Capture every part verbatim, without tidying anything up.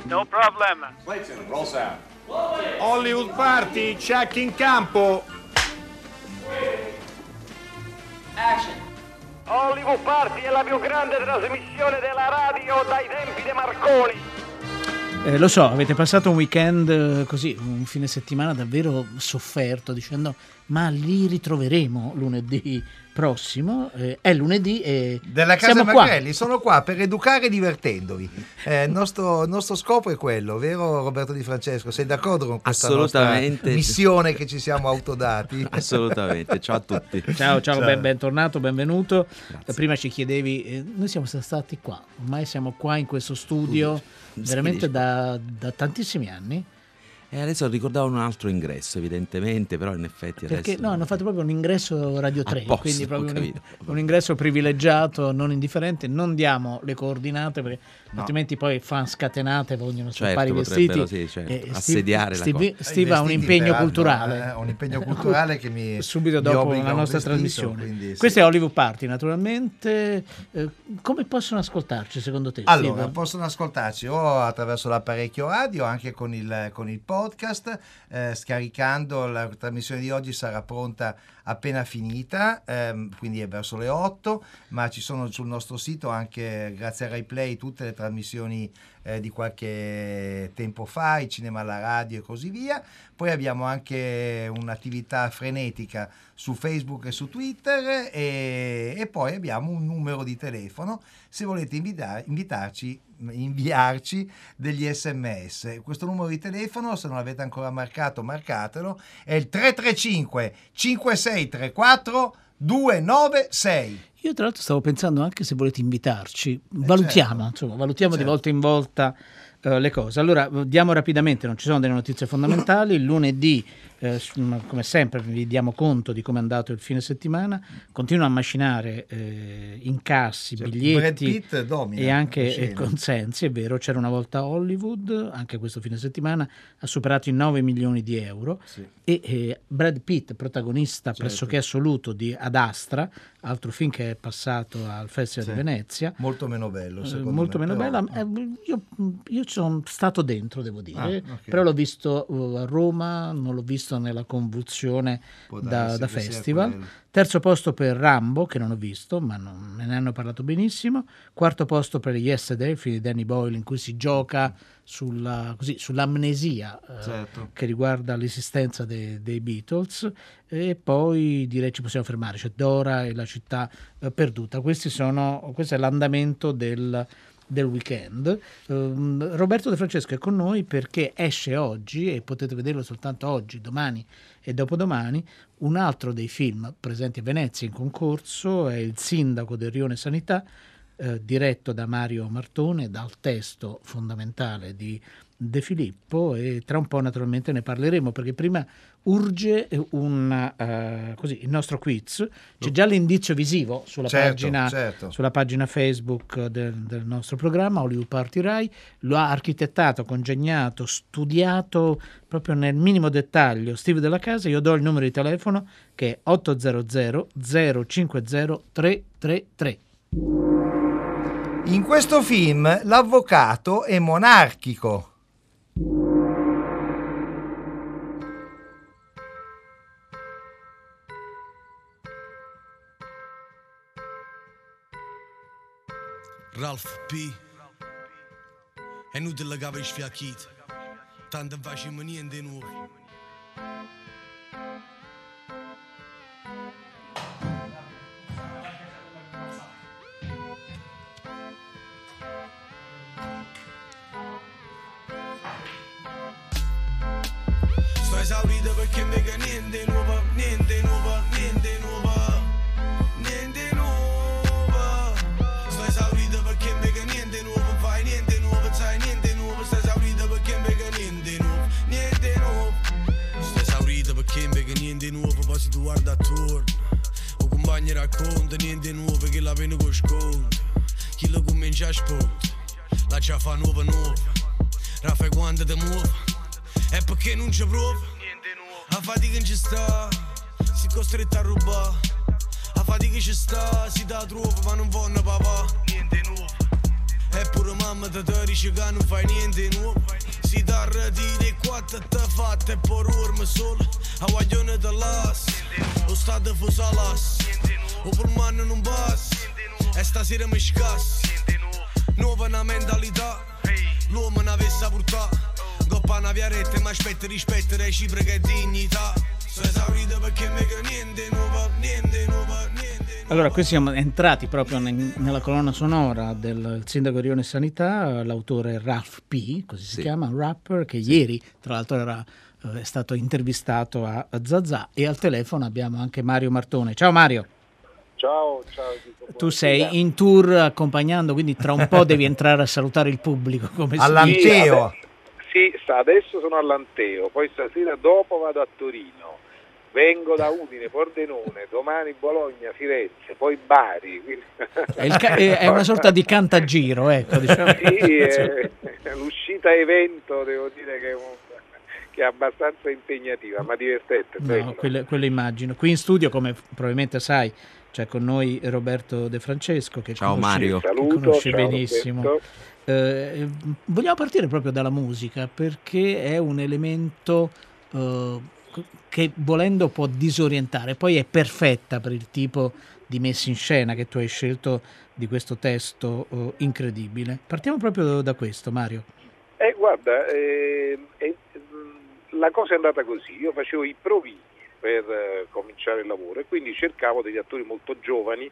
No problem. Clayton, roll sound. Hollywood Party, check in campo. Action. Hollywood Party è la più grande trasmissione della radio dai tempi di Marconi. Eh, lo so, avete passato un weekend eh, così, un fine settimana davvero sofferto, dicendo ma li ritroveremo lunedì prossimo. Eh, è lunedì e della casa siamo Magrelli, qua. sono qua per educare divertendovi. Eh, il nostro, il nostro scopo è quello, vero Roberto Di Francesco? Sei d'accordo con questa Assolutamente. nostra missione che ci siamo autodati? Assolutamente, ciao a tutti. Ciao, ciao, ciao. Ben, bentornato, benvenuto. Grazie. Prima ci chiedevi, eh, noi siamo stati qua, ormai siamo qua in questo studio, studio. veramente Sì, da, da tantissimi anni. E adesso ricordavo un altro ingresso, evidentemente, però in effetti adesso... Perché no, hanno fatto proprio un ingresso Radio tre, Apposta, quindi proprio ho un, capito. un ingresso privilegiato, non indifferente. Non diamo le coordinate perché No. altrimenti poi fan scatenate vogliono Certo, strappare i vestiti. potrebbero, sì, certo, E Steve- assediare la Steve, cosa. Steve ha un Vestiti, impegno peraltro, culturale. eh, un impegno culturale che mi subito mi dopo obbliga la a un nostra vestito, trasmissione. quindi, sì. Questa è Hollywood Party, naturalmente. Eh, come possono ascoltarci secondo te? Allora, Steve? possono ascoltarci o attraverso l'apparecchio radio, anche con il, con il podcast, eh, scaricando. La trasmissione di oggi sarà pronta appena finita, ehm, quindi è verso le otto, ma ci sono sul nostro sito anche, grazie a RaiPlay, tutte le trasmissioni eh, di qualche tempo fa, il cinema alla radio e così via. Poi abbiamo anche un'attività frenetica su Facebook e su Twitter e, e poi abbiamo un numero di telefono se volete invita- invitarci inviarci degli sms. Questo numero di telefono, se non l'avete ancora marcato, marcatelo, è il tre tre cinque cinque sei tre quattro due nove sei. Io tra l'altro stavo pensando anche se volete invitarci, valutiamo, certo. insomma, valutiamo Certo. di volta in volta eh, le cose. Allora, diamo rapidamente, non ci sono delle notizie fondamentali. Il lunedì, eh, su- come sempre, vi diamo conto di come è andato il fine settimana. Continua a macinare eh, incassi, Cioè, biglietti Brad Pitt domina e anche la scena. eh, consensi. È vero, c'era una volta Hollywood, anche questo fine settimana, ha superato i nove milioni di euro. Sì. E eh, Brad Pitt, protagonista Certo. pressoché assoluto di Ad Astra, altro film che è passato al Festival Sì. di Venezia. Molto meno bello, Eh, secondo molto me, meno però- bella. Eh, io, io sono stato dentro, devo dire, Ah, ok. però l'ho visto uh, a Roma, non l'ho visto nella convulsione Può da, darsi da che sia festival. quello. Terzo posto per Rambo, che non ho visto, ma non, me ne hanno parlato benissimo. Quarto posto per Yesterday, il film di Danny Boyle, in cui si gioca sulla, così, sull'amnesia eh, Certo. che riguarda l'esistenza de- dei Beatles. E poi direi ci possiamo fermare, c'è Dora e la città eh, perduta. Questi sono, questo è l'andamento del, del weekend. Um, Roberto De Francesco è con noi perché esce oggi, e potete vederlo soltanto oggi, domani e dopodomani, un altro dei film presenti a Venezia in concorso, è Il sindaco del Rione Sanità, eh, diretto da Mario Martone, dal testo fondamentale di De Filippo, e tra un po' naturalmente ne parleremo, perché prima urge un, uh, così, il nostro quiz. C'è già l'indizio visivo sulla, Certo, pagina, certo. sulla pagina Facebook del, del nostro programma Hollywood Party Rai. Lo ha architettato, congegnato, studiato proprio nel minimo dettaglio Steve Della Casa. Io do il numero di telefono che è otto zero zero zero cinque zero tre tre tre. In questo film l'avvocato è monarchico. Ralph P. È inutile che avevi sfiacchito, tanto non facciamo niente di nuovo. Sto esaurito perché non vedo niente nuovo, niente nuovo, niente nuovo, niente nuovo. Sto esaurito perché non vedo niente nuovo, fai niente nuovo, sai niente nuovo. Sto esaurito perché non vedo niente nuovo, niente nuovo. Sto esaurito perché non vedo niente nuovo, poi se tu guarda attorno, o compagni racconta niente nuovo che la pena con sconto. Chi lo comincia a spunto, la già fa nuova nuova. Raffa quando ti muovi, è perché non ci prova. A fatica non ci sta, si è costretto a rubare. A fatica ci sta, si dà trova ma non vanno papà. Niente nuovo. Eppure mamma ti dice che non fai niente nuovo. Si ti arretiri quattro te fatte e poi dormi solo. A guaglione te las, o state fusalas, o per mano non basta. E stasera mi scassi. Nuova una mentalità, l'uomo ne avesse portata. Coppa una viaretta, ma aspetta rispetto reciproca e dignità. Sono esaurito perché mica niente nuovo, niente nuovo, niente nuovo. Allora, qui siamo entrati proprio ne- nella colonna sonora del sindaco Rione Sanità, l'autore Ralph P, così si Sì. chiama, un rapper che ieri tra l'altro era eh, è stato intervistato a, a Zazà, e al telefono abbiamo anche Mario Martone. Ciao Mario. Ciao, ciao. Tu sei in tour accompagnando, quindi tra un po' devi entrare a salutare il pubblico, come si All'Anteo. Sì, sta- adesso sono all'Anteo, poi stasera dopo vado a Torino, vengo da Udine, Pordenone, domani Bologna, Firenze, poi Bari. Quindi... È, il ca- è una sorta di cantagiro, ecco, diciamo. Sì, è, l'uscita evento devo dire che è, un, che è abbastanza impegnativa, ma divertente. No, bello. quello, quello immagino. Qui in studio, come probabilmente sai, c'è con noi Roberto De Francesco, che Ciao, conosci- Mario. che Saluto, conosci ciao, benissimo. Roberto. Eh, vogliamo partire proprio dalla musica, perché è un elemento eh, che volendo può disorientare, poi è perfetta per il tipo di messa in scena che tu hai scelto di questo testo eh, incredibile. Partiamo proprio da questo, Mario. Eh, guarda, eh, eh, la cosa è andata così, io facevo i provini per eh, cominciare il lavoro e quindi cercavo degli attori molto giovani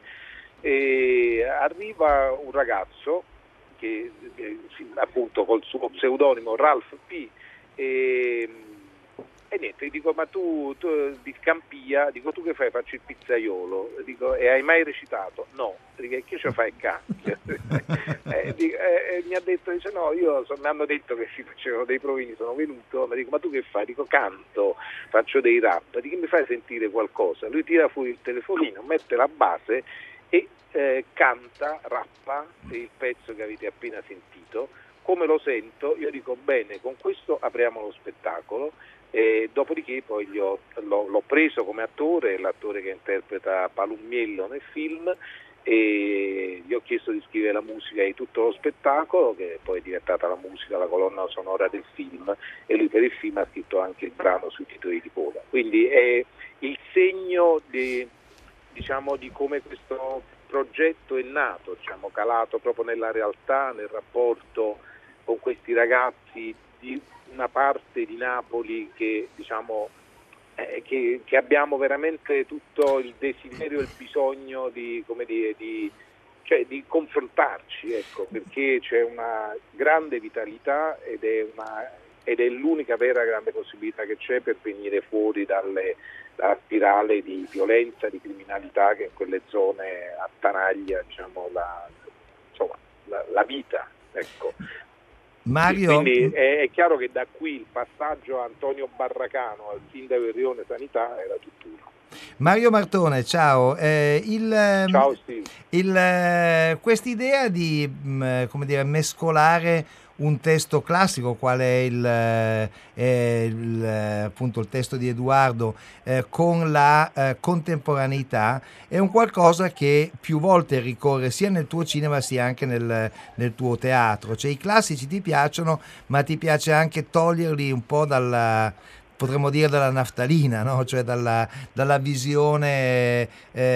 e arriva un ragazzo che eh, appunto col suo pseudonimo Ralph P e, e niente, gli dico ma tu, tu di Scampia, dico tu che fai? Faccio il pizzaiolo, dico e hai mai recitato? No, dico e che ci fai cacchio? eh, dico, eh, mi ha detto, dice no, io so, mi hanno detto che si facevano dei provini, sono venuto, ma dico ma tu che fai? Dico canto, faccio dei rap, dico mi fai sentire qualcosa? Lui tira fuori il telefonino, mette la base e eh, canta, rappa il pezzo che avete appena sentito. Come lo sento? Io dico bene, con questo apriamo lo spettacolo. E dopodiché poi gli ho, l'ho, l'ho preso come attore, l'attore che interpreta Palummiello nel film, e gli ho chiesto di scrivere la musica di tutto lo spettacolo, che poi è diventata la musica, la colonna sonora del film, e lui per il film ha scritto anche il brano sui titoli di coda. Quindi è il segno di, diciamo, di come questo progetto è nato, diciamo, calato proprio nella realtà, nel rapporto con questi ragazzi di una parte di Napoli che diciamo eh, che, che abbiamo veramente tutto il desiderio e il bisogno di, come dire, di, cioè, di confrontarci, ecco, perché c'è una grande vitalità ed è, una, ed è l'unica vera grande possibilità che c'è per venire fuori dalle, dalla spirale di violenza, di criminalità che in quelle zone attanaglia, diciamo, la, insomma, la, la vita, ecco. Mario, Quindi è, è chiaro che da qui il passaggio a Antonio Barracano al sindaco di Rione Sanità era tutt'uno. Mario Martone, ciao. Eh, il, Ciao Steve. il, eh, quest'idea di mh, come dire, mescolare un testo classico, qual è il, eh, il, appunto il testo di Edoardo, eh, con la eh, contemporaneità, è un qualcosa che più volte ricorre sia nel tuo cinema sia anche nel, nel tuo teatro. Cioè i classici ti piacciono, ma ti piace anche toglierli un po' dalla, potremmo dire, dalla naftalina, no? Cioè dalla, dalla visione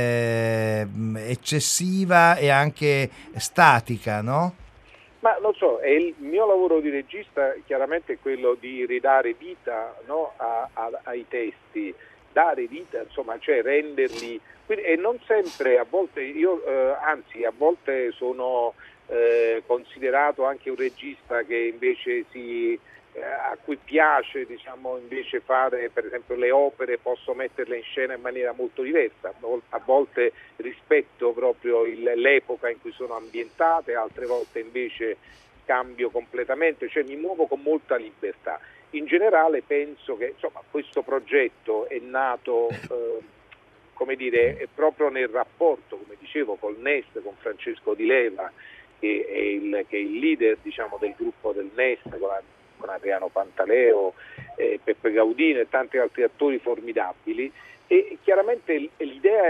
eh, eccessiva e anche statica, no? Ma non so, è il mio lavoro di regista chiaramente è quello di ridare vita, no, a, a, ai testi, dare vita, insomma, cioè renderli, quindi, e non sempre, a volte io, eh, anzi a volte sono eh, considerato anche un regista che invece si a cui piace, diciamo, invece fare per esempio le opere, posso metterle in scena in maniera molto diversa, a volte rispetto proprio il, l'epoca in cui sono ambientate, altre volte invece cambio completamente, cioè mi muovo con molta libertà. In generale penso che insomma questo progetto è nato eh, come dire, è proprio nel rapporto, come dicevo, col N E S, con Francesco Di Leva, che è il, che è il leader, diciamo, del gruppo del N E S, con la con Adriano Pantaleo, eh, Peppe Gaudino e tanti altri attori formidabili, e chiaramente l'idea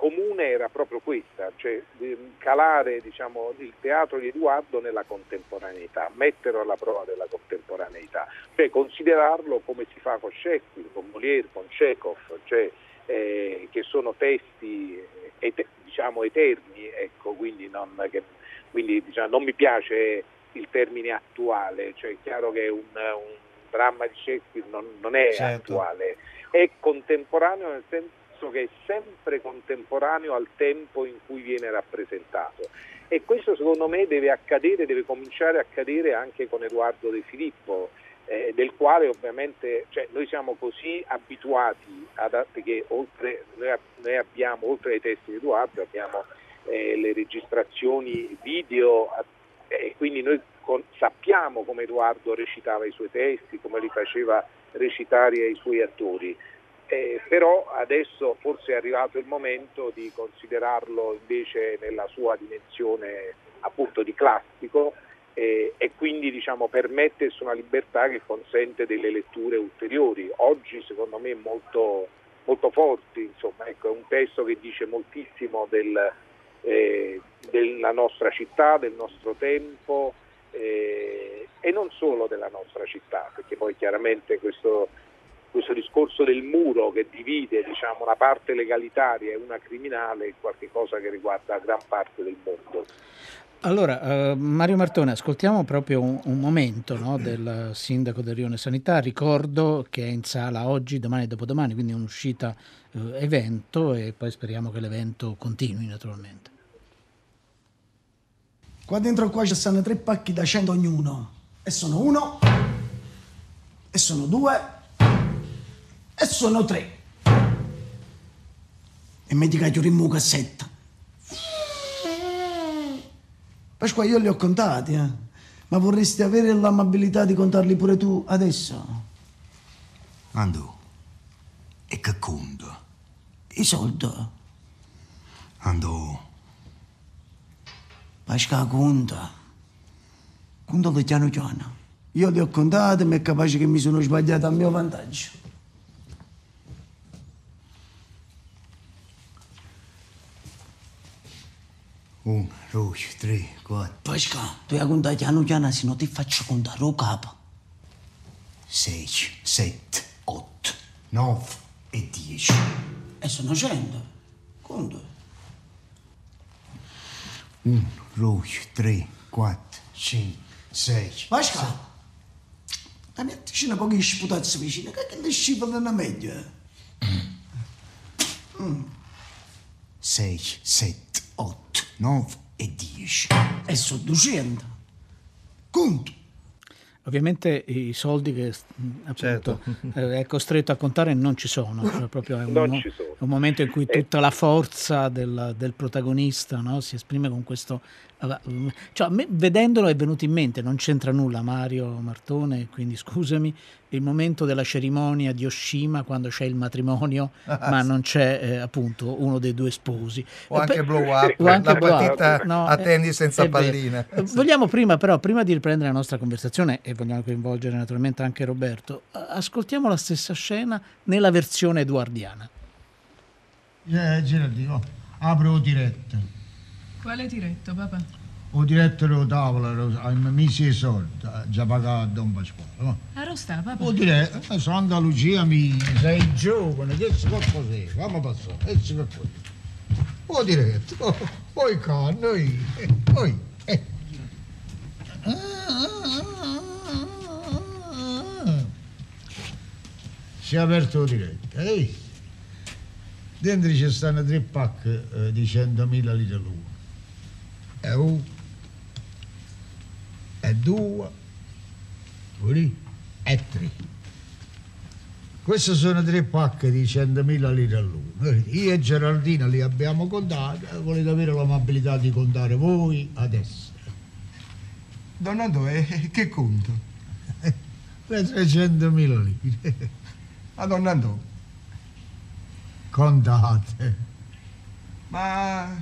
comune era proprio questa, cioè calare, diciamo, il teatro di Edoardo nella contemporaneità, metterlo alla prova della contemporaneità, cioè considerarlo come si fa con Shakespeare, con Molière, con Chekhov, cioè eh, che sono testi et- diciamo eterni, ecco, quindi non che quindi diciamo, non mi piace il termine attuale, cioè è chiaro che un, un dramma di Shakespeare non, non è certo. attuale, è contemporaneo nel senso che è sempre contemporaneo al tempo in cui viene rappresentato, e questo secondo me deve accadere, deve cominciare a accadere anche con Edoardo De Filippo, eh, del quale ovviamente, cioè, noi siamo così abituati ad, che oltre noi, noi abbiamo, oltre ai testi di Edoardo, abbiamo eh, le registrazioni video, e eh, quindi noi con, sappiamo come Edoardo recitava i suoi testi, come li faceva recitare ai suoi attori. Eh, però adesso forse è arrivato il momento di considerarlo invece nella sua dimensione appunto di classico, eh, e quindi diciamo permettersi una libertà che consente delle letture ulteriori, oggi secondo me molto, molto forti, insomma, ecco, è un testo che dice moltissimo del, eh, della nostra città, del nostro tempo, eh, e non solo della nostra città, perché poi chiaramente questo questo discorso del muro che divide, diciamo, una parte legalitaria e una criminale è qualcosa che riguarda gran parte del mondo. Allora, uh, Mario Martone, ascoltiamo proprio un, un momento, no, del sindaco del Rione Sanità. Ricordo che è in sala oggi, domani e dopodomani, quindi è un'uscita uh, evento, e poi speriamo che l'evento continui naturalmente. Qua dentro qua ci stanno tre pacchi da cento ognuno, e sono uno, e sono due, e sono tre. E mi dica che rimmo cassetta. Pasqua, io li ho contati, eh. Ma vorresti avere l'amabilità di contarli pure tu adesso? Andò. E che conto? I soldi. Andò. Pasqua, conta. Contalo piano piano. Io li ho contati, ma è capace che mi sono sbagliato a mio vantaggio. Uno, due, tre, quattro. Pasqua, tu hai contato piano piano, se no ti faccio contare o capo. Sei, sette, otto, nove e dieci. E sono cento. Conto. Uno, due, tre, quattro, cinque, sei. Pasqua, la mia ticina pochi sputazzi vicino, che le scivano meglio. Mm. Sei, sette, otto, nove e dieci. E sono duecento. Conto. Ovviamente i soldi che appunto, certo. eh, è costretto a contare non ci sono, cioè proprio è un, Non ci sono. un momento in cui tutta la forza del, del protagonista, no, si esprime con questo. Cioè, a me, vedendolo è venuto in mente, non c'entra nulla Mario Martone, quindi scusami, il momento della cerimonia di Oshima quando c'è il matrimonio Ah, ma sì. non c'è eh, appunto uno dei due sposi. O anche Per- blow up, o anche la blow up. partita No, a è- tennis senza è vero. palline. Eh, Vogliamo prima però, prima di riprendere la nostra conversazione, e vogliamo coinvolgere naturalmente anche Roberto, a- ascoltiamo la stessa scena nella versione edoardiana. Eh, Geraldino, oh, apro diretta. Quale diretto, papà? Ho diretto la tavola, mi misi i soldi, eh, già pagato a Don Pasquale. No? A Rostà, papà? Ho diretto, eh, Santa Lucia mia, sei giovane, che si può così, fammi passare, che si può così. Ho diretto, oh, poi con noi, eh, poi, eh. Si è aperto la diretta, eh? Dentro ci stanno tre pacche eh, di centomila litri l'uno. E uno, e due, pure, e tre. Queste sono tre pacche di centomila litri l'uno. Io e Geraldina li abbiamo contati, volete avere l'amabilità di contare voi adesso. Don Andò, eh, che conto? Le trecentomila lire. A Don Andò. Contate. Ma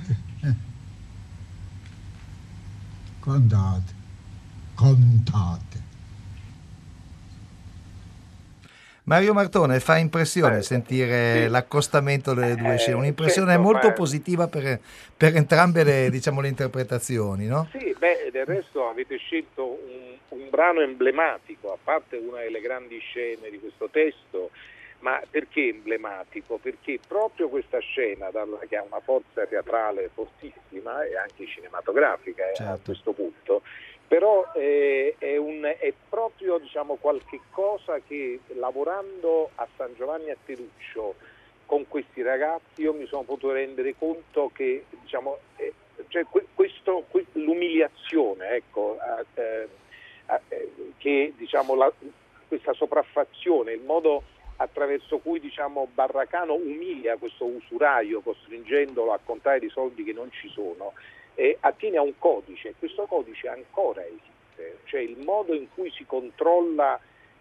Contate. Contate. Mario Martone, fa impressione Eh, sentire sì. l'accostamento delle due Eh, scene, un'impressione certo, molto ma- positiva per, per entrambe le, diciamo, le interpretazioni, no? Sì, beh, del resto avete scelto un, un brano emblematico, a parte una delle grandi scene di questo testo, ma perché emblematico? Perché proprio questa scena, dalla- che ha una forza teatrale fortissima e anche cinematografica eh, a Certo. questo punto, però eh, è, un, è proprio diciamo, qualche cosa che lavorando a San Giovanni a Teruccio con questi ragazzi io mi sono potuto rendere conto che diciamo, eh, cioè, que- questo, que- l'umiliazione ecco, eh, eh, eh, che diciamo, la, questa sopraffazione, il modo attraverso cui diciamo, Barracano umilia questo usuraio costringendolo a contare dei soldi che non ci sono, eh, attiene a un codice, e questo codice ancora esiste, cioè il modo in cui si controlla,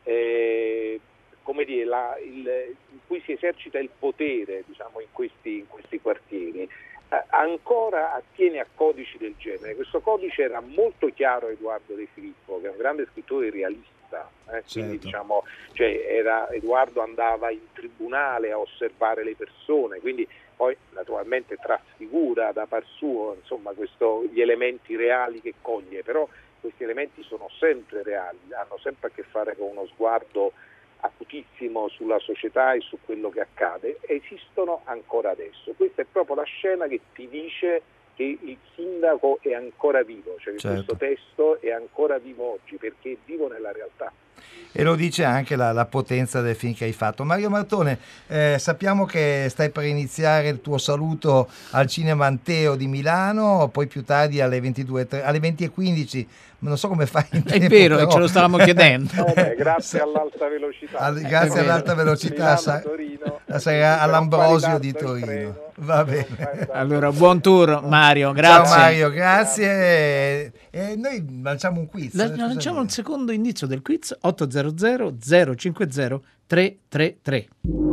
eh, come dire, la, il, in cui si esercita il potere diciamo, in, questi, in questi quartieri, eh, ancora attiene a codici del genere. Questo codice era molto chiaro a Edoardo De Filippo, che è un grande scrittore realista. Eh, quindi Certo. diciamo, cioè, era, Edoardo andava in tribunale a osservare le persone, quindi poi naturalmente trasfigura da par suo insomma, questo, gli elementi reali che coglie, però questi elementi sono sempre reali, hanno sempre a che fare con uno sguardo acutissimo sulla società e su quello che accade, esistono ancora adesso. Questa è proprio la scena che ti dice che il sindaco è ancora vivo, cioè che Certo. questo testo è ancora vivo oggi perché è vivo nella realtà. E lo dice anche la, la potenza del film che hai fatto. Mario Martone, eh, sappiamo che stai per iniziare il tuo saluto al Cinema Anteo di Milano, poi più tardi alle ventidue, alle venti e quindici, non so come fai in È tempo, vero, però- ce lo stavamo chiedendo. Eh beh, grazie all'alta velocità. Al- grazie vero. all'alta velocità Milano, sa- Torino, sarà all'Ambrosio di per un po' di Torino. treno. Va bene. Allora, buon tour Mario, grazie. Ciao Mario, grazie. E, e noi lanciamo un quiz. La- Cosa lanciamo dire? il secondo indizio del quiz ottocento zero cinquanta tre tre tre.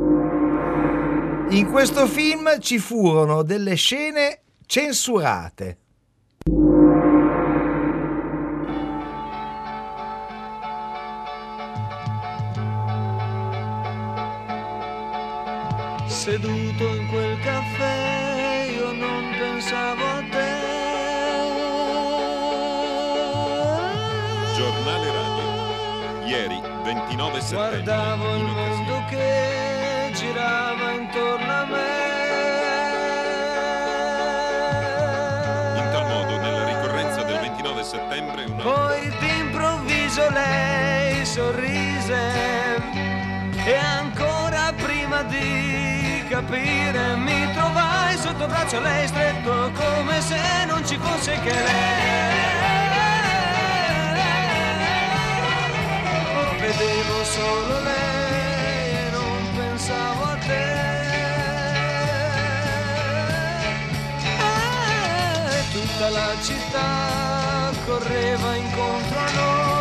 In questo film ci furono delle scene censurate. Seduto in quel caffè io non pensavo a te. Giornale radio. Ieri, ventinove settembre. Guardavo il in mondo occasione- che girava intorno a me. In tal modo, nella ricorrenza del ventinove settembre, una... Poi d'improvviso lei sorrise e ancora prima di capire mi trovai sotto braccio lei stretto come se non ci fosse che lei. Vedevo solo lei e non pensavo a te. E tutta la città correva incontro a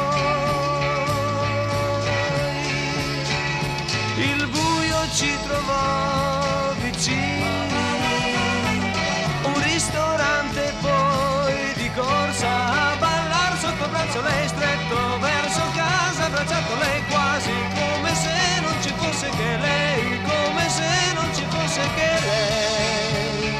noi. Il buio ci trovò vicini, un ristorante poi di corsa a ballar sotto braccio lei stretto verso casa, abbracciato lei quasi come se non ci fosse che lei, come se non ci fosse che lei.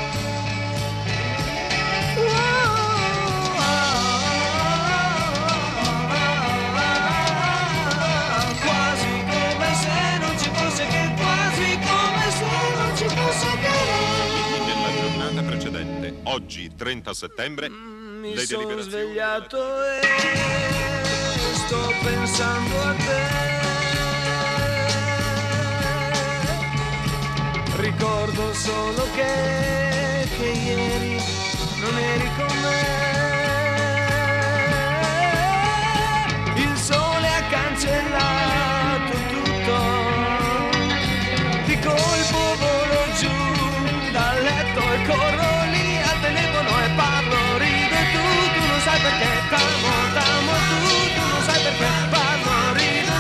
Quasi come se non ci fosse che, quasi come se non ci fosse che lei. Nella giornata precedente, oggi, trenta settembre, Mi le sono deliberazioni... svegliato e sto pensando a te. Ricordo solo che, che ieri non eri con me. Il sole ha cancellato tutto. Di colpo volo giù dal letto e corro lì al telefono e parlo, rido e tu, tu non sai perché t'amo, t'amo tu, tu non sai perché parlo, rido e tu,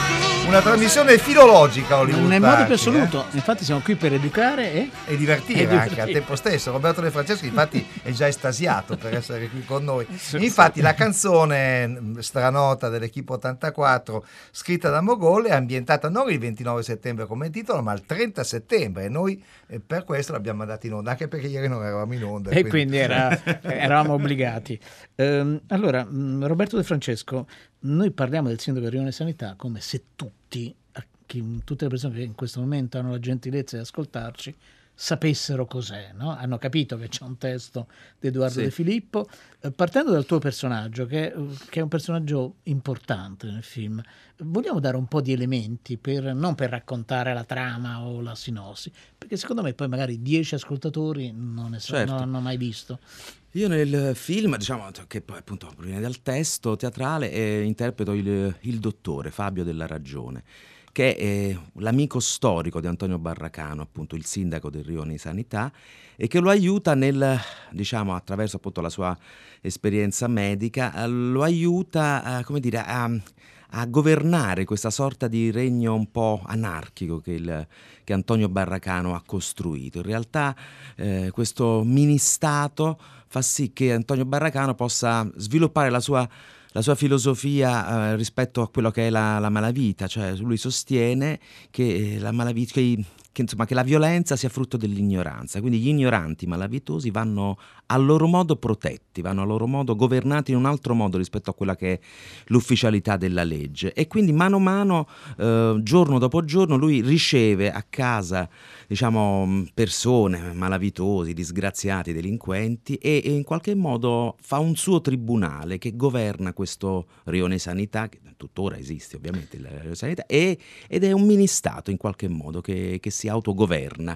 una trasmissione filologica Hollywood nel Party, modo più assoluto, eh? infatti siamo qui per educare e, e divertire e anche divertire. al tempo stesso. Roberto De Franceschi infatti è già estasiato per essere qui con noi. Infatti la canzone stranota dell'Equipe ottantaquattro, scritta da Mogol, è ambientata non il ventinove settembre come titolo, ma il trenta settembre, e noi eh, per questo l'abbiamo mandata in onda, anche perché ieri non eravamo in onda. E quindi era, eravamo obbligati. Ehm, allora, mh, Roberto De Francesco, noi parliamo del sindaco di Rione Sanità come se tutti, chi, tutte le persone che in questo momento hanno la gentilezza di ascoltarci, sapessero cos'è, no? Hanno capito che c'è un testo di Edoardo Sì. De Filippo. Eh, partendo dal tuo personaggio, che, che è un personaggio importante nel film, vogliamo dare un po' di elementi, per, non per raccontare la trama o la sinossi, perché secondo me poi magari dieci ascoltatori non, ne so, Certo. non hanno mai visto. Io nel film, diciamo che poi appunto proviene dal testo teatrale, eh, interpreto il, il dottore Fabio Della Ragione, che è l'amico storico di Antonio Barracano, appunto il sindaco del Rione Sanità, e che lo aiuta nel, diciamo, attraverso appunto la sua esperienza medica, lo aiuta a, come dire, a, a governare questa sorta di regno un po' anarchico che, il, che Antonio Barracano ha costruito. In realtà eh, questo mini-stato fa sì che Antonio Barracano possa sviluppare la sua la sua filosofia eh, rispetto a quello che è la, la malavita, cioè lui sostiene che la malavita, che, che, insomma, che la violenza sia frutto dell'ignoranza, quindi gli ignoranti malavitosi vanno a loro modo protetti, vanno a loro modo governati in un altro modo rispetto a quella che è l'ufficialità della legge, e quindi mano a mano, eh, giorno dopo giorno, lui riceve a casa, diciamo, persone malavitosi, disgraziati, delinquenti, e, e in qualche modo fa un suo tribunale che governa questo Rione Sanità, che tuttora esiste ovviamente il Rione Sanità, e, ed è un mini-stato in qualche modo che, che si autogoverna.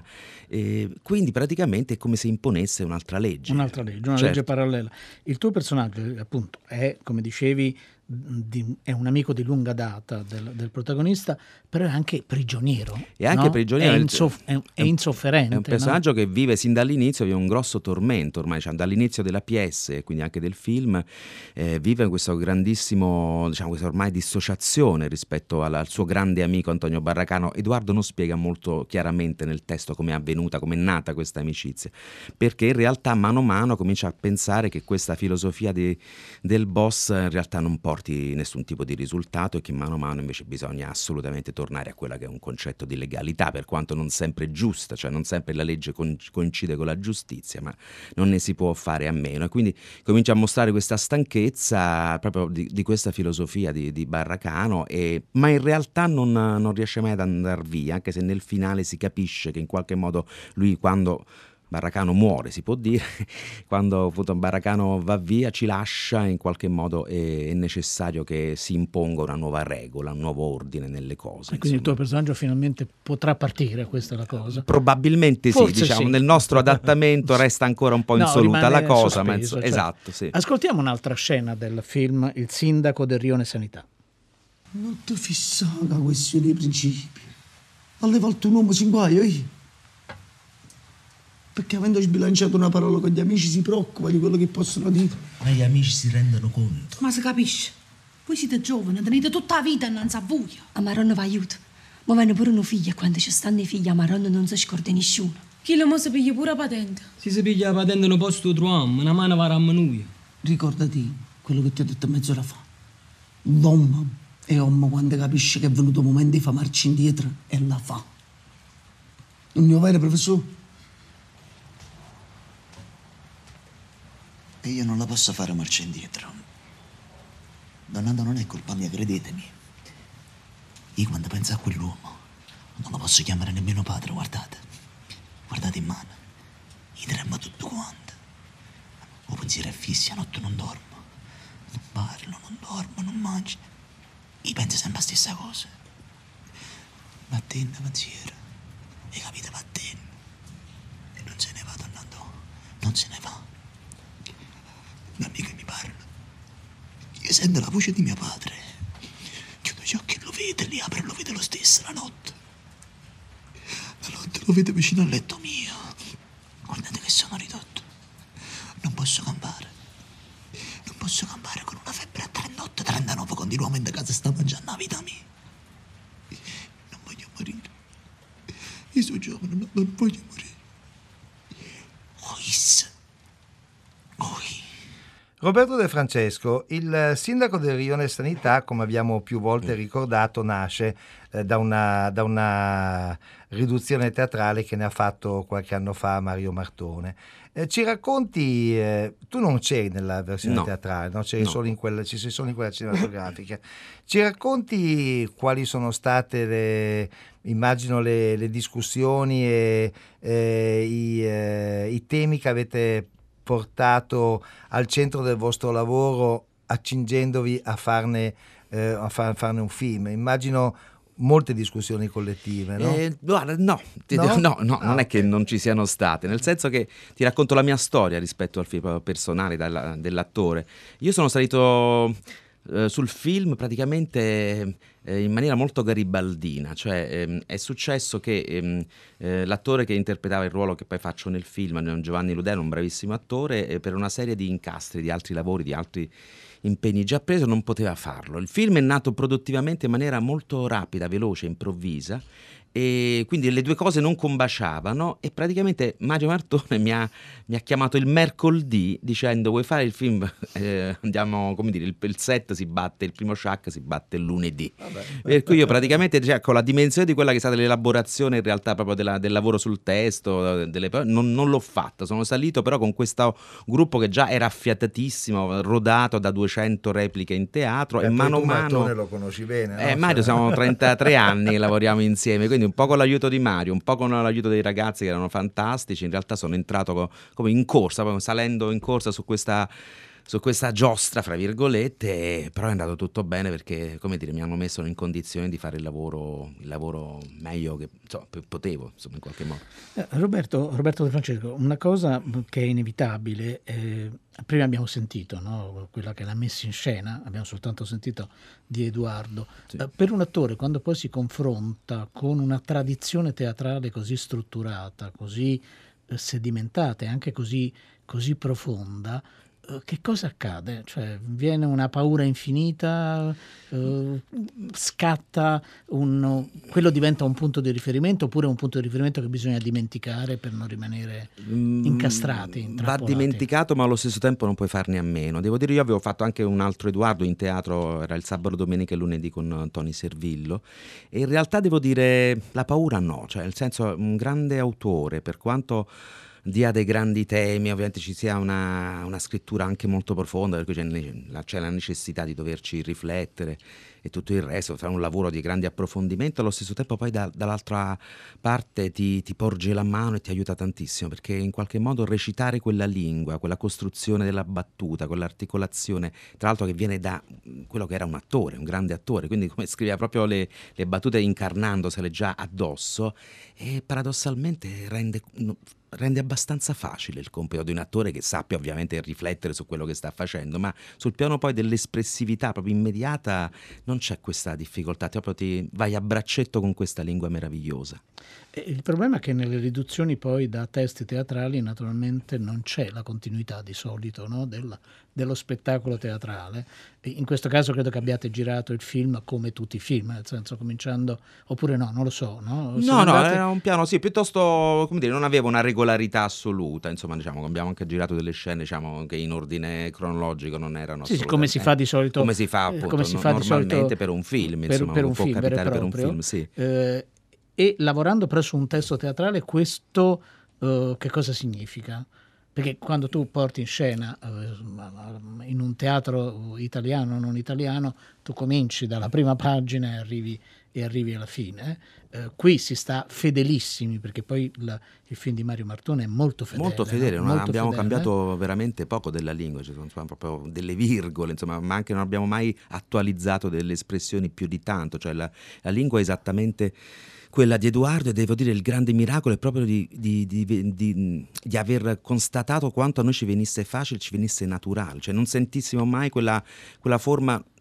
E quindi praticamente è come se imponesse un'altra legge. Un'altra legge, una Certo. legge parallela. Il tuo personaggio, appunto, è, come dicevi, di, è un amico di lunga data del, del protagonista, però è anche prigioniero. E anche no? prigioniero. È, insoff- è, è insofferente. È un personaggio no? che vive sin dall'inizio, vive un grosso tormento ormai, cioè, dall'inizio della P S e quindi anche del film, eh, vive questo grandissimo, diciamo, questa ormai dissociazione rispetto al, al suo grande amico Antonio Barracano. Edoardo non spiega molto chiaramente nel testo come è avvenuta, come è nata questa amicizia, perché in realtà mano a mano comincia a pensare che questa filosofia di, del boss in realtà non porti nessun tipo di risultato, e che mano a mano invece bisogna assolutamente tornare a quella che è un concetto di legalità, per quanto non sempre giusta, cioè non sempre la legge coincide con la giustizia, ma non ne si può fare a meno, e quindi comincia a mostrare questa stanchezza proprio di, di questa filosofia di, di Barracano, e, ma in realtà non, non riesce mai ad andare via, anche se nel finale si capisce che in qualche modo lui, quando Barracano muore, si può dire, quando appunto Barracano va via, ci lascia, in qualche modo è, è necessario che si imponga una nuova regola, un nuovo ordine nelle cose. E quindi il tuo personaggio finalmente potrà partire, questa è la cosa? Probabilmente sì, Forse diciamo, sì. nel nostro adattamento resta ancora un po' No, insoluta rimane la cosa, sospeso, ma inso- certo. esatto, sì. Ascoltiamo un'altra scena del film Il sindaco del Rione Sanità. Non ti fissare con questione dei principi. Alle volte un uomo si inguaia, eh? Perché avendo sbilanciato una parola con gli amici si preoccupa di quello che possono dire. Ma gli amici si rendono conto. Ma si capisce? Voi siete giovani, tenete tutta la vita innanzi a voi. A Maronna va aiuto. Ma vanno pure un figlio, e quando ci stanno i figli a Maronna non si scorda nessuno. Chi lo mo si piglia pure la patente? Se si piglia la patente non posso troviamo, una mano va a noi. Ricordati quello che ti ho detto mezz'ora fa. L'uomo è uomo quando capisce che è venuto il momento di fare marcia indietro e la fa. Non mi vero, professore? E io non la posso fare marcia indietro. Donando non è colpa mia, credetemi. Io quando penso a quell'uomo non lo posso chiamare nemmeno padre, guardate. Guardate in mano. Gli trema tutto quanto. O pensiero è fissi, a notte non dormo. Non parlo, non dormo, non mangio. Io penso sempre la stessa cosa. Mattino pensiero. E capite, mattino. E non se ne va, Donando. Non se ne va. L'amica mi parla. Io sento la voce di mio padre. Chiudo gli occhi e lo vede, li apre e lo vede lo stesso la notte. La notte lo vede vicino al letto mio. Guardate che sono ridotto. Non posso campare. Non posso campare con una febbre a trentotto trentanove continuamente a casa sta mangiando la vita mia. sono giovane, ma non voglio morire. Ois. Oi. Roberto De Francesco, il sindaco del Rione Sanità, come abbiamo più volte ricordato, nasce eh, da, una, da una riduzione teatrale che ne ha fatto qualche anno fa Mario Martone. Eh, ci racconti, eh, tu non c'eri nella versione No. teatrale, no? C'eri No. solo in quella, ci sei solo in quella cinematografica. Ci racconti quali sono state le, immagino le, le discussioni e eh, i, eh, i temi che avete portato al centro del vostro lavoro, accingendovi a farne, eh, a far, farne un film. Immagino molte discussioni collettive, no? Eh, guarda, no, ti- No? no, no, Ah, non è ok. che non ci siano state, nel senso che ti racconto la mia storia rispetto al film personale della- dell'attore. Io sono salito eh, sul film praticamente eh, in maniera molto garibaldina, cioè ehm, è successo che ehm, eh, l'attore che interpretava il ruolo che poi faccio nel film, Giovanni Ludeno, un bravissimo attore, eh, per una serie di incastri, di altri lavori, di altri impegni già preso, non poteva farlo. Il film è nato produttivamente in maniera molto rapida, veloce, improvvisa, e quindi le due cose non combaciavano e praticamente Mario Martone mi ha, mi ha chiamato il mercoledì dicendo: vuoi fare il film? Eh, andiamo, come dire, il, il set si batte, il primo shack si batte il lunedì. Per cui io praticamente, cioè, con la dimensione di quella che è stata l'elaborazione in realtà proprio della- del lavoro sul testo, delle, non, non l'ho fatta, sono salito però con questo gruppo che già era affiatatissimo, rodato da duecento repliche in teatro. Beh, e poi mano a tu mano Martone lo conosci bene, no? eh, Mario, Cioè- siamo trentatré anni che lavoriamo insieme, quindi un po' con l'aiuto di Mario, un po' con l'aiuto dei ragazzi che erano fantastici. In realtà sono entrato co- come in corsa, proprio salendo in corsa su questa, su questa giostra, fra virgolette, e- però è andato tutto bene perché, come dire, mi hanno messo in condizione di fare il lavoro, il lavoro meglio che insomma, p- potevo, insomma, in qualche modo. Eh, Roberto, Roberto De Francesco, una cosa che è inevitabile, eh, prima abbiamo sentito, no, quella che è la messa in scena, abbiamo soltanto sentito di Edoardo. Eh, per un attore, quando poi si confronta con una tradizione teatrale così strutturata, così eh, sedimentata e anche così, così profonda, eh, che cosa accade? Cioè, viene una paura infinita, eh, scatta un, quello diventa un punto di riferimento oppure un punto di riferimento che bisogna dimenticare per non rimanere incastrati, Va intrappolati? dimenticato, ma allo stesso tempo non puoi farne a meno. Devo dire, io avevo fatto anche un altro Edoardo in teatro, era il sabato, domenica e lunedì con Tony Servillo, e in realtà devo dire la paura no, cioè nel senso, un grande autore, per quanto dia dei grandi temi, ovviamente ci sia una, una scrittura anche molto profonda, per cui c'è, ne- la- c'è la necessità di doverci riflettere e tutto il resto, fare un lavoro di grande approfondimento. Allo stesso tempo poi da- dall'altra parte ti, ti porge la mano e ti aiuta tantissimo, perché in qualche modo recitare quella lingua, quella costruzione della battuta, quell'articolazione, tra l'altro che viene da quello che era un attore, un grande attore, quindi come scriveva proprio le, le battute incarnandosele già addosso, e paradossalmente rende... no, rende abbastanza facile il compito di un attore che sappia ovviamente riflettere su quello che sta facendo, ma sul piano poi dell'espressività proprio immediata non c'è questa difficoltà, ti- proprio ti vai a braccetto con questa lingua meravigliosa. E il problema è che nelle riduzioni poi da testi teatrali naturalmente non c'è la continuità di solito, no, del- dello spettacolo teatrale. E in questo caso credo che abbiate girato il film come tutti i film, nel senso cominciando, oppure no, non lo so. No, Siete No, no, andati- era un piano, sì, piuttosto, come dire, non aveva una regolarità assoluta, insomma, diciamo, abbiamo anche girato delle scene, diciamo, che in ordine cronologico non erano Sì, sì, come si assolutamente- fa di solito, come si fa eh, appunto come si no- fa di normalmente solito per un film, per- insomma, per un può film vero e capitare per un proprio. film, sì. Eh, e lavorando però su un testo teatrale, questo eh, che cosa significa? Perché quando tu porti in scena eh, in un teatro italiano o non italiano, tu cominci dalla prima pagina e arrivi, e arrivi alla fine. Eh, qui si sta fedelissimi, perché poi il, il film di Mario Martone è molto fedele. Molto fedele, no? non Molto abbiamo fedele. cambiato veramente poco della lingua, ci sono insomma, proprio delle virgole, insomma, ma anche non abbiamo mai attualizzato delle espressioni più di tanto, cioè la, la lingua è esattamente quella di Edoardo, e devo dire il grande miracolo è proprio di, di, di, di, di aver constatato quanto a noi ci venisse facile, ci venisse naturale, cioè non sentissimo mai quella, quella forma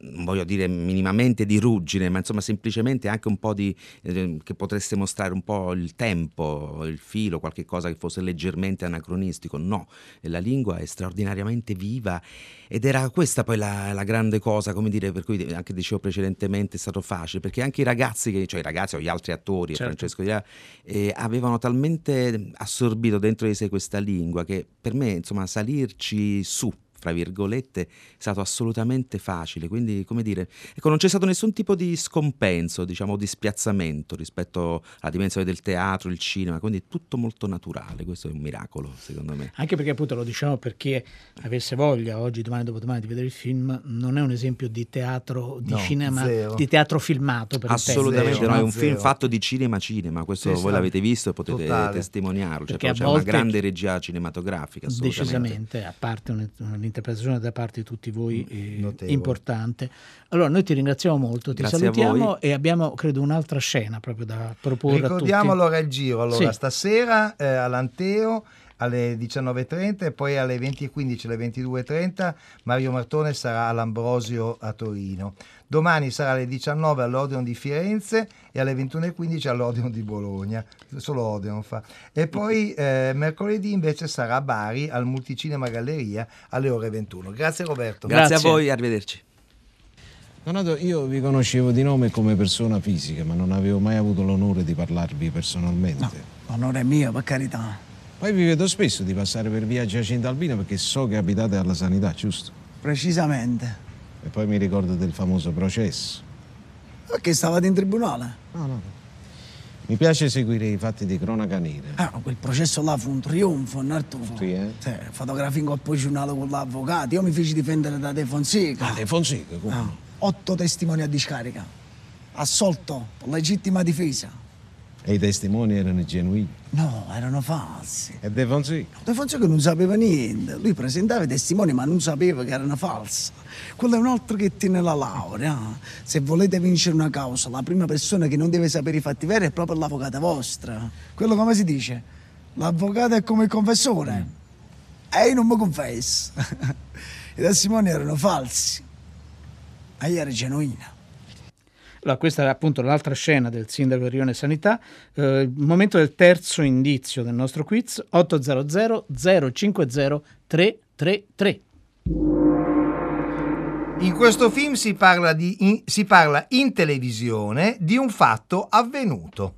non voglio dire minimamente di ruggine, ma insomma semplicemente anche un po' di eh, che potreste mostrare un po' il tempo, il filo, qualche cosa che fosse leggermente anacronistico. No, la lingua è straordinariamente viva, ed era questa poi la, la grande cosa, come dire, per cui anche dicevo precedentemente è stato facile, perché anche i ragazzi, che, cioè i ragazzi o gli altri attori, certo. Francesco Di là, eh, avevano talmente assorbito dentro di sé questa lingua che per me, insomma, salirci su, fra virgolette, è stato assolutamente facile. Quindi, come dire, ecco, non c'è stato nessun tipo di scompenso, diciamo, di spiazzamento rispetto alla dimensione del teatro, il cinema, quindi tutto molto naturale. Questo è un miracolo, secondo me. Anche perché, appunto, lo diciamo per chi avesse voglia oggi, domani, dopodomani di vedere il film, non è un esempio di teatro, di no, cinema, zero. di teatro filmato, per assolutamente zero, no, è un zero. film fatto di cinema cinema, questo sì, voi sì, l'avete visto e potete totale. testimoniarlo, cioè, Perché c'è a volte, una grande regia cinematografica, assolutamente. Decisamente, a parte un'interpretazione da parte di tutti voi eh, Notevole. Importante. Allora noi ti ringraziamo molto, ti Grazie salutiamo e abbiamo credo un'altra scena proprio da proporre. Ricordiamo a tutti. allora il giro, allora Sì. stasera eh, all'Anteo alle diciannove e trenta e poi alle venti e quindici, alle ventidue e trenta Mario Martone sarà all'Ambrosio a Torino. Domani sarà alle diciannove all'Odeon di Firenze e alle ventuno e quindici all'Odeon di Bologna, solo Odeon fa. E poi eh, mercoledì invece sarà a Bari al Multicinema Galleria alle ore ventuno. Grazie Roberto. Grazie, Grazie. a voi, arrivederci. Donato, io vi conoscevo di nome come persona fisica, ma non avevo mai avuto l'onore di parlarvi personalmente. No, l'onore è mio, per carità. Poi vi vedo spesso di passare per via Giacinto Albino perché so che abitate alla sanità, giusto? Precisamente. E poi mi ricordo del famoso processo. Perché stavate in tribunale? No, no. Mi piace seguire i fatti di cronaca nera. Ah, quel processo là fu un trionfo, un artufo. Sì, eh? Sì, fotografia in coppa giornale con l'avvocato. Io mi feci difendere da De Fonseca. Ah, De Fonseca, come? Ah, otto testimoni a discarica. Assolto per legittima difesa. E i testimoni erano genuini? No, erano falsi. E De Fonseca? De Fonseca non sapeva niente. Lui presentava i testimoni ma non sapeva che erano falsi. Quello è un altro che tiene la laurea. Se volete vincere una causa, la prima persona che non deve sapere i fatti veri è proprio l'avvocata vostra. Quello come si dice? L'avvocato è come il confessore. Mm. E io non mi confesso. I testimoni erano falsi. E io ero genuina. Allora, questa è appunto l'altra scena del sindaco di Rione Sanità, eh, il momento del terzo indizio del nostro quiz, otto zero zero zero cinque zero tre tre tre. In questo film si parla, di, in, si parla in televisione di un fatto avvenuto.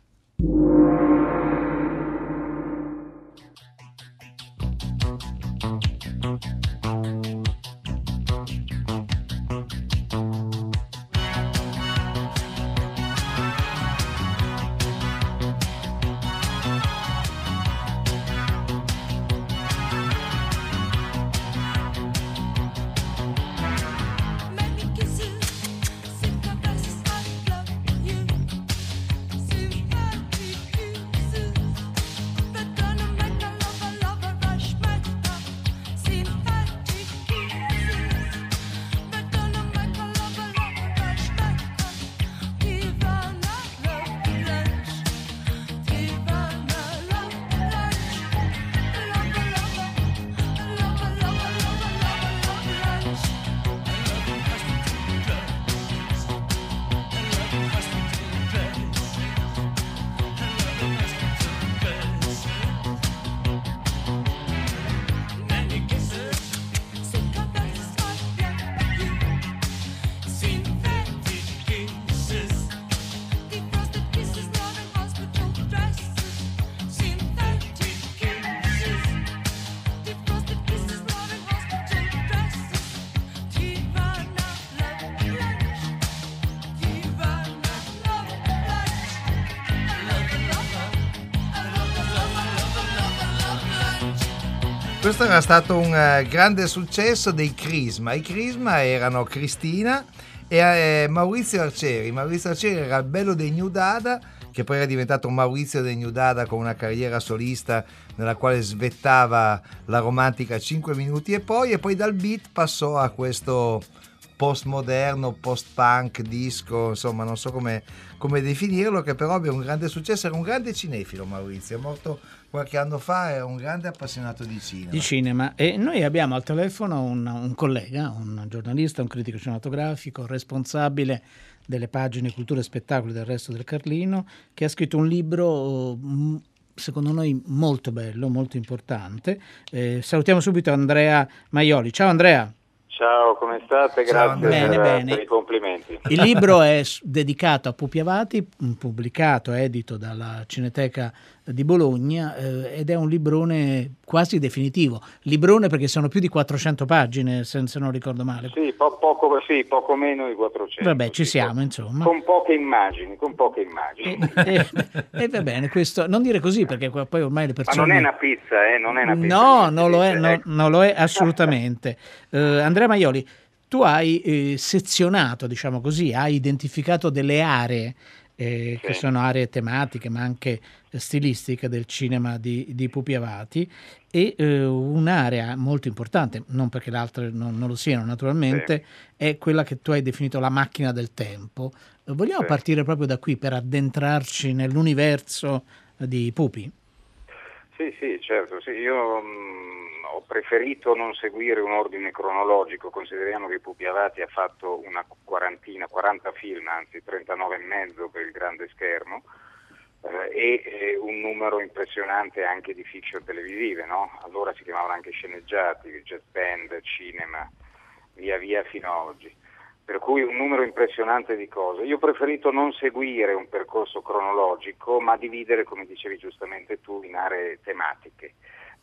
Questo era stato un uh, grande successo dei Crisma. I Crisma erano Cristina e eh, Maurizio Arcieri. Maurizio Arcieri era il bello dei New Dada, che poi era diventato Maurizio dei New Dada con una carriera solista nella quale svettava la romantica cinque minuti e poi, e poi dal beat passò a questo postmoderno, post-punk, disco, insomma non so come, come definirlo, che però abbia un grande successo. Era un grande cinefilo Maurizio, è morto qualche anno fa, era un grande appassionato di cinema. Di cinema. E noi abbiamo al telefono un, un collega, un giornalista, un critico cinematografico, responsabile delle pagine Cultura e Spettacoli del Resto del Carlino, che ha scritto un libro secondo noi molto bello, molto importante. Eh, salutiamo subito Andrea Maioli. Ciao Andrea. Ciao, come state? Grazie bene, per, bene. per i complimenti. Il libro è dedicato a Pupi Avati, pubblicato, edito dalla Cineteca di Bologna, eh, ed è un librone quasi definitivo. Librone perché sono più di quattrocento pagine, se, se non ricordo male. Sì, po- poco, sì, poco meno di quattrocento. Vabbè, ci sì, siamo, con, insomma. Con poche immagini, con poche immagini. E, e, e va bene, questo, non dire così perché poi ormai le persone... Ma non è una pizza, eh? Non è una pizza. No, non lo è, dice, no, ecco. non lo è assolutamente. Uh, Andrea Maioli, tu hai eh, sezionato, diciamo così, hai identificato delle aree eh, Sì. che sono aree tematiche ma anche eh, stilistiche del cinema di, di Pupi Avati, e eh, un'area molto importante, non perché le altre non, non lo siano naturalmente, è quella che tu hai definito la macchina del tempo. Eh, vogliamo Sì. partire proprio da qui per addentrarci nell'universo di Pupi? Sì, sì, certo. Sì. Io mh, ho preferito non seguire un ordine cronologico. Consideriamo che Pupi Avati ha fatto una quarantina, quaranta film, anzi trentanove e mezzo per il grande schermo, eh, e eh, un numero impressionante anche di fiction televisive, no? Allora si chiamavano anche sceneggiati, jazz band, cinema, via via fino a oggi. Per cui un numero impressionante di cose. Io ho preferito non seguire un percorso cronologico, ma dividere, come dicevi giustamente tu, in aree tematiche,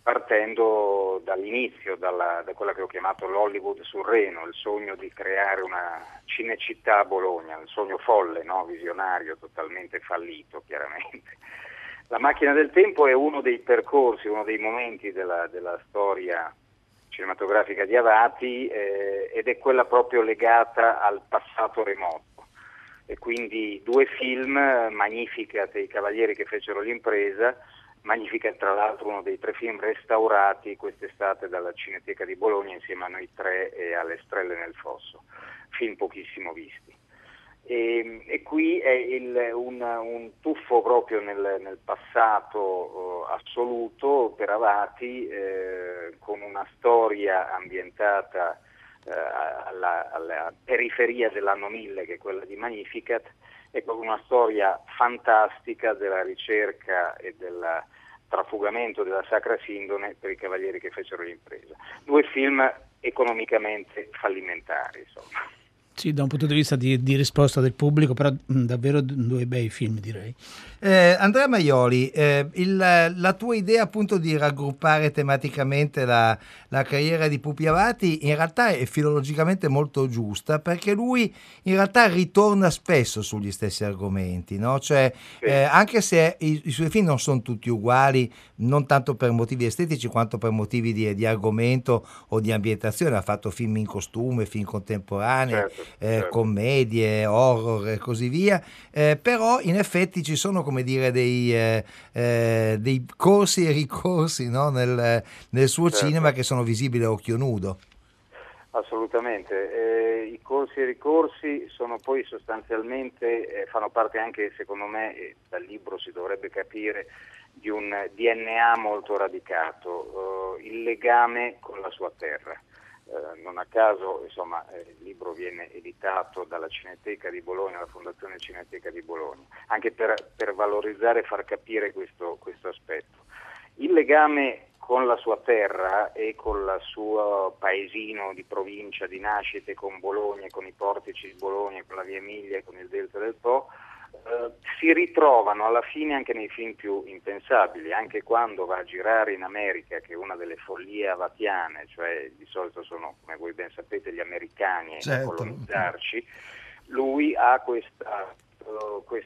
partendo dall'inizio, dalla, da quella che ho chiamato l'Hollywood sul Reno, il sogno di creare una cinecittà a Bologna, il sogno folle, no? Visionario, totalmente fallito chiaramente. La macchina del tempo è uno dei percorsi, uno dei momenti della, della storia cinematografica di Avati, eh, ed è quella proprio legata al passato remoto, e quindi due film, Magnificat e I Cavalieri che fecero l'impresa. Magnificat tra l'altro uno dei tre film restaurati quest'estate dalla Cineteca di Bologna insieme a Noi Tre e alle Strelle nel Fosso, film pochissimo visti. E, e qui è il, un, un tuffo proprio nel, nel passato eh, assoluto per Avati, eh, con una storia ambientata eh, alla, alla periferia dell'anno mille, che è quella di Magnificat, e con una storia fantastica della ricerca e del trafugamento della Sacra Sindone per I Cavalieri che fecero l'impresa. Due film economicamente fallimentari, insomma. Sì, da un punto di vista di, di risposta del pubblico, però mh, davvero due bei film, direi. Eh, Andrea Maioli, eh, il, la tua idea appunto di raggruppare tematicamente la, la carriera di Pupi Avati in realtà è filologicamente molto giusta, perché lui in realtà ritorna spesso sugli stessi argomenti, no? Cioè, eh, anche se i, i suoi film non sono tutti uguali, non tanto per motivi estetici quanto per motivi di, di argomento o di ambientazione, ha fatto film in costume, film contemporanei, certo, eh, certo. commedie, horror e così via, eh, però in effetti ci sono, come dire, dei, eh, eh, dei corsi e ricorsi, no? nel, nel suo Certo. cinema che sono visibili a occhio nudo. Assolutamente, eh, i corsi e ricorsi sono poi sostanzialmente, eh, fanno parte anche, secondo me, e dal libro si dovrebbe capire, di un D N A molto radicato, eh, il legame con la sua terra. Eh, non a caso, insomma, eh, il libro viene editato dalla Cineteca di Bologna, la Fondazione Cineteca di Bologna, anche per, per valorizzare e far capire questo, questo aspetto. Il legame con la sua terra e con il suo paesino di provincia di nascita, con Bologna, con i portici di Bologna, con la Via Emilia, con il Delta del Po, eh, si ritrovano alla fine anche nei film più impensabili, anche quando va a girare in America, che è una delle follie avatiane, cioè di solito sono, come voi ben sapete, gli americani a Certo. colonizzarci. Lui ha questa, uh, questa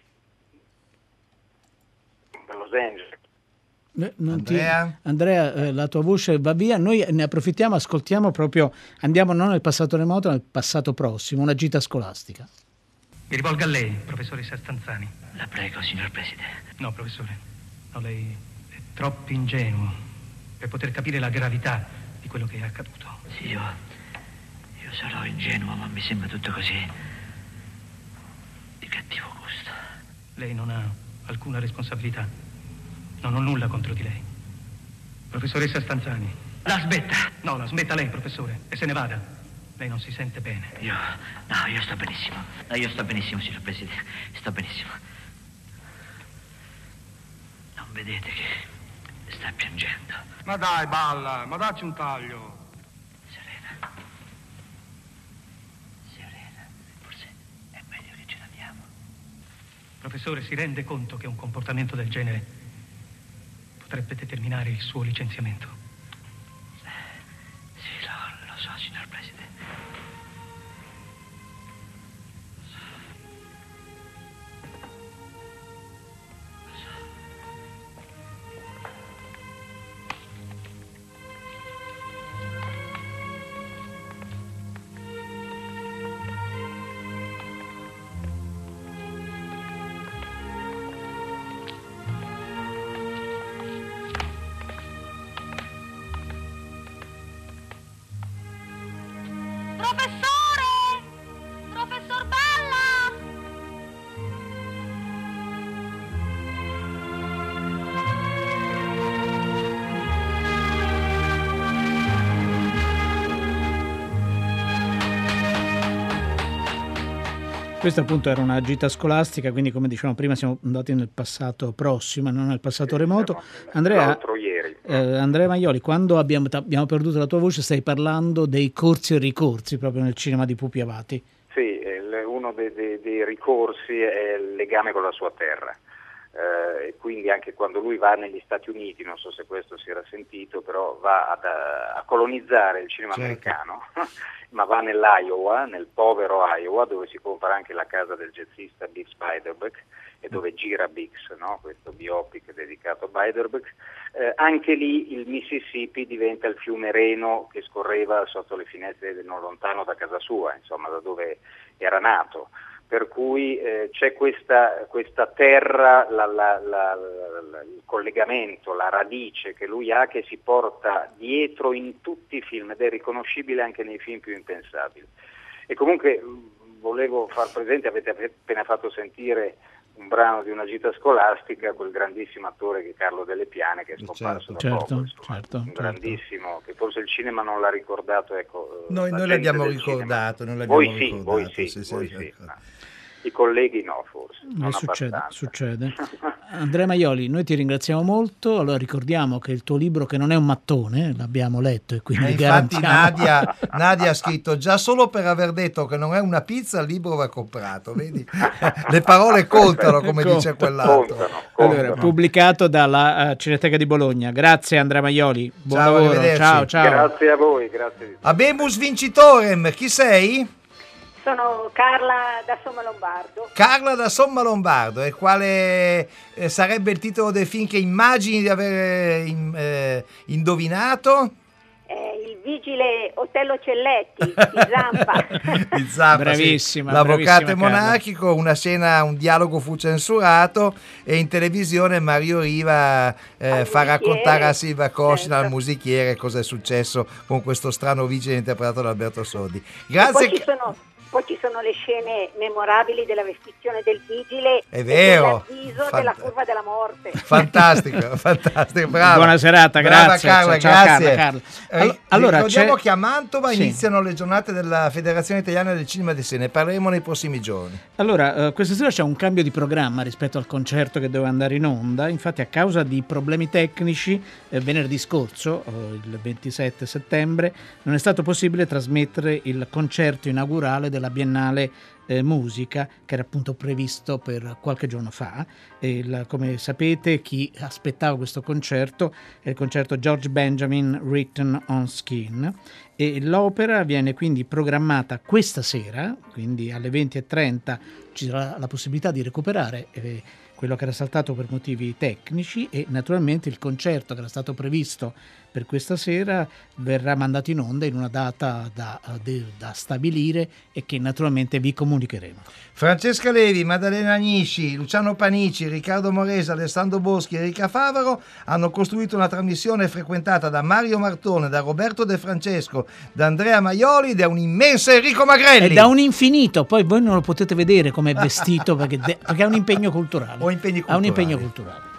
Los Angeles. Eh, non Andrea? Ti, Andrea, eh, la tua voce va via, noi ne approfittiamo, ascoltiamo proprio, andiamo non nel passato remoto, ma nel passato prossimo, una gita scolastica. Mi rivolgo a lei, professoressa Stanzani. La prego, signor Presidente. No, professore, no, lei è troppo ingenuo per poter capire la gravità di quello che è accaduto. Sì, io, io Sarò ingenuo, ma mi sembra tutto così di cattivo gusto. Lei non ha alcuna responsabilità. Non ho nulla contro di lei. Professoressa Stanzani. La smetta! No, la smetta lei, professore, e se ne vada. Lei non si sente bene. Io... no, io sto benissimo. No, io sto benissimo, signor Presidente. Sto benissimo. Non vedete che sta piangendo? Ma dai, balla, ma dacci un taglio. Serena. Serena, forse è meglio che ce l'abbiamo. Professore, si rende conto che un comportamento del genere potrebbe determinare il suo licenziamento? Sì, lo, lo so, signor Presidente. Professore! Professor Balla! Questa appunto era una gita scolastica, quindi come dicevamo prima siamo andati nel passato prossimo, non nel passato remoto. Andrea, l'altro ieri. eh, Andrea Maioli, quando abbiamo, abbiamo perduto la tua voce stai parlando dei corsi e ricorsi proprio nel cinema di Pupi Avati. Sì, il- uno dei, dei- dei ricorsi è il legame con la sua terra. Eh, e quindi anche quando lui va negli Stati Uniti, non so se questo si era sentito, però va ad, a colonizzare il cinema Certo. americano, ma va nell'Iowa, nel povero Iowa, dove si compra anche la casa del jazzista Bix Beiderbecke e dove gira Bix, no? Questo biopic dedicato a Beiderbecke. Eh, anche lì il Mississippi diventa il fiume Reno che scorreva sotto le finestre non lontano da casa sua, insomma da dove era nato. Per cui eh, c'è questa, questa terra, la, la, la, la, il collegamento, la radice che lui ha, che si porta dietro in tutti i film ed è riconoscibile anche nei film più impensabili. E comunque mh, volevo far presente, avete appena fatto sentire un brano di una gita scolastica, quel grandissimo attore che è Carlo Delle Piane, che è scomparso da Certo, poco, insomma, certo, un certo. grandissimo, che forse il cinema non l'ha ricordato, ecco. Noi, la noi gente l'abbiamo del ricordato, noi Voi l'abbiamo sì, ricordato. voi sì, sì, sì, voi sì. sì. Ma i colleghi no, forse. Non Eh, succede, abbastanza. succede. Andrea Maioli, noi ti ringraziamo molto. Allora ricordiamo che il tuo libro, che non è un mattone, l'abbiamo letto e quindi E infatti garantiamo. Nadia, Nadia ha scritto: già solo per aver detto che non è una pizza il libro va comprato, vedi? Le parole contano, come Con- dice quell'altro. Allora, pubblicato dalla eh, Cineteca di Bologna. Grazie Andrea Maioli, buon Ciao, lavoro. arrivederci. Ciao, ciao. Grazie a voi, grazie di Abemus vincitorem, chi sei? Sono Carla da Somma Lombardo. Carla da Somma Lombardo. E quale eh, sarebbe il titolo del film che immagini di aver in- eh, indovinato? Eh, il vigile Otello Celletti di Zampa. Il Zappa, Bravissima, sì. L'avvocato bravissima Carla. monarchico, una scena, un dialogo fu censurato e in televisione Mario Riva eh, fa raccontare a Silva Coscina, al musichiere, cosa è successo con questo strano vigile interpretato da Alberto Sordi. Grazie. E poi ci sono, poi ci sono le scene memorabili della vestizione del vigile È vero. e dell'avviso Fant- della curva della morte. Fantastico, fantastico, brava. Buona serata, Brava grazie. Carla, Ciao, grazie. Carla, Carla. Eh, Allo- allora, ricordiamo c'è- che a Mantova Sì. iniziano le giornate della Federazione Italiana del Cinema di Sé, ne parleremo nei prossimi giorni. Allora, eh, questa sera c'è un cambio di programma rispetto al concerto che doveva andare in onda. Infatti, a causa di problemi tecnici, eh, venerdì scorso, eh, il ventisette settembre, non è stato possibile trasmettere il concerto inaugurale della Biennale eh, Musica, che era appunto previsto per qualche giorno fa. E il- come sapete, chi aspettava questo concerto è il concerto George Benjamin Written on Skin. E l'opera viene quindi programmata questa sera, quindi alle venti e trenta ci sarà la possibilità di recuperare eh, quello che era saltato per motivi tecnici, e naturalmente il concerto che era stato previsto per questa sera verrà mandato in onda in una data da, de- da stabilire e che naturalmente vi comunicheremo. Francesca Levi, Maddalena Agnisci, Luciano Panici, Riccardo Morese, Alessandro Boschi e Enrica Favaro hanno costruito una trasmissione frequentata da Mario Martone, da Roberto De Francesco, diretto da Andrea Maioli, da un immenso Enrico Magrelli. È da un infinito, poi voi non lo potete vedere come è vestito perché, de- perché ha un impegno culturale. O impegni Ha un culturali. impegno culturale.